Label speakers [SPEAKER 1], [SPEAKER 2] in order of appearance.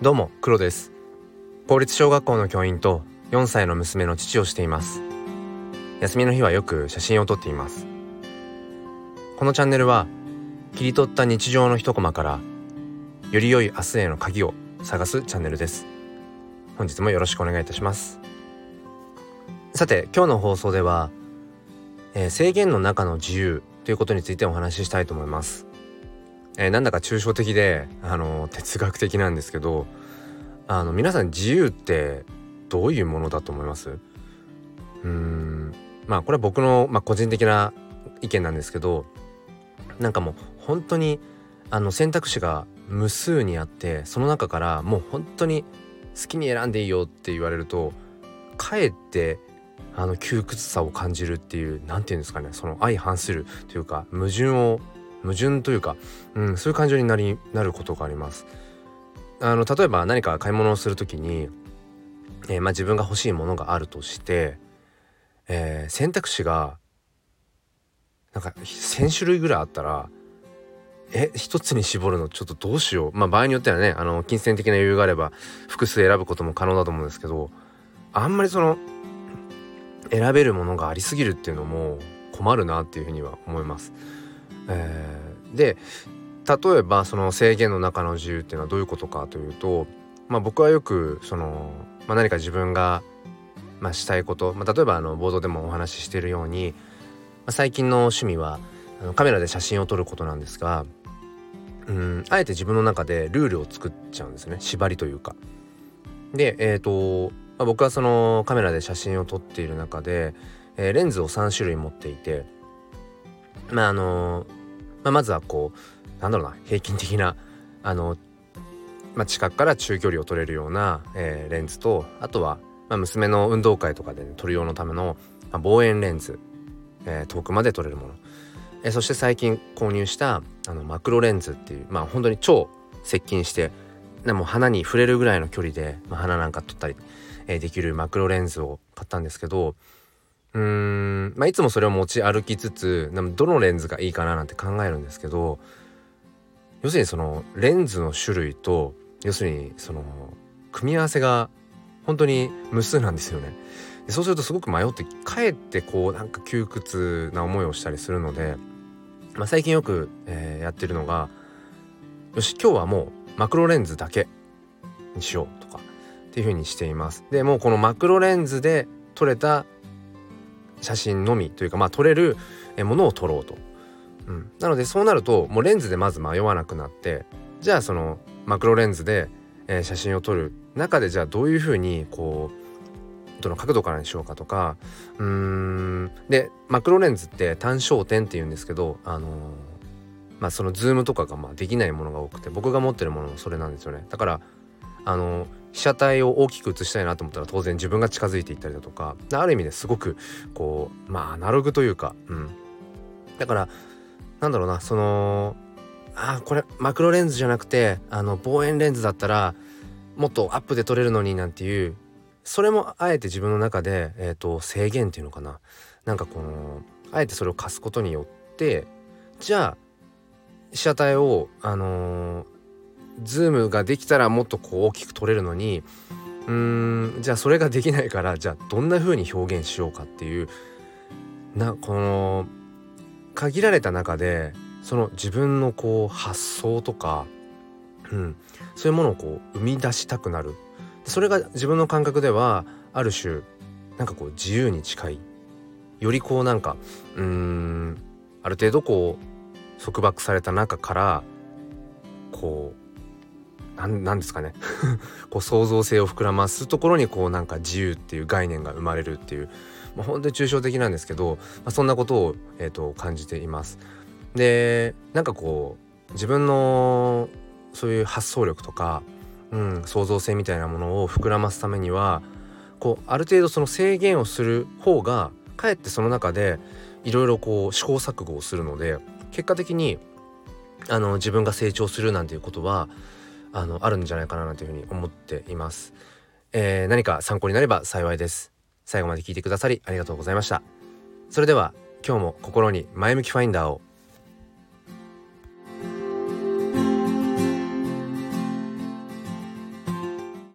[SPEAKER 1] どうも黒です。公立小学校の教員と4歳の娘の父をしています。休みの日はよく写真を撮っています。このチャンネルは切り取った日常の一コマからより良い明日への鍵を探すチャンネルです。本日もよろしくお願いいたします。さて今日の放送では、制限の中の自由ということについてお話ししたいと思います。なんだか抽象的で哲学的なんですけど、皆さん自由ってどういうものだと思います？これは僕の、個人的な意見なんですけど、なんかもう本当に選択肢が無数にあって、その中からもう本当に好きに選んでいいよって言われると、かえって窮屈さを感じるっていう、なんていうんですかね、その相反するというか矛盾というか、そういう感情になることがあります。例えば何か買い物をするときに、自分が欲しいものがあるとして、選択肢がなんか1000種類ぐらいあったら一つに絞るのちょっとどうしよう。場合によってはね、金銭的な余裕があれば複数選ぶことも可能だと思うんですけど、あんまりその選べるものがありすぎるっていうのも困るなっていうふうには思います。で例えばその制限の中の自由っていうのはどういうことかというと、僕はよく何か自分が、したいこと、例えばボードでもお話ししているように、最近の趣味はカメラで写真を撮ることなんですが、あえて自分の中でルールを作っちゃうんですね。縛りというか。で僕はそのカメラで写真を撮っている中で、レンズを3種類持っていて、まずは平均的な近くから中距離を撮れるような、レンズと、あとは、娘の運動会とかで、撮る用のための、望遠レンズ、遠くまで撮れるもの、そして最近購入したマクロレンズっていう、本当に超接近してもう花に触れるぐらいの距離で、花なんか撮ったり、できるマクロレンズを買ったんですけど、いつもそれを持ち歩きつつ、どのレンズがいいかななんて考えるんですけど、要するにそのレンズの種類と、要するにその組み合わせが本当に無数なんですよね。でそうするとすごく迷って、かえって窮屈な思いをしたりするので、最近よく、やってるのが、よし今日はもうマクロレンズだけにしようとかっていう風にしています。でもうこのマクロレンズで撮れた写真のみというか、撮れるものを撮ろうと。なのでそうなるともうレンズでまず迷わなくなって、じゃあそのマクロレンズで、写真を撮る中で、じゃあどういう風にどの角度からにしようかとか、でマクロレンズって単焦点っていうんですけど、そのズームとかができないものが多くて、僕が持ってるものもそれなんですよね。だから被写体を大きく写したいなと思ったら、当然自分が近づいていったりだとか、ある意味ですごくアナログというか、だからこれマクロレンズじゃなくて望遠レンズだったらもっとアップで撮れるのになんていう、それもあえて自分の中で、制限っていうのかな、あえてそれを課すことによって、じゃあ被写体をズームができたらもっと大きく撮れるのに、じゃあそれができないから、じゃあどんな風に表現しようかっていう、この限られた中でその自分の発想とか、そういうものを生み出したくなる。それが自分の感覚ではある種自由に近い、よりある程度束縛された中からなんですかね創造性を膨らますところに自由っていう概念が生まれるっていう、本当に抽象的なんですけど、そんなことを、感じています。で自分のそういう発想力とか、創造性みたいなものを膨らますためには、ある程度その制限をする方がかえってその中でいろいろ試行錯誤をするので、結果的に自分が成長するなんていうことはあるんじゃないかなというふうに思っています。何か参考になれば幸いです。最後まで聞いてくださりありがとうございました。それでは今日も心に前向きファインダーを。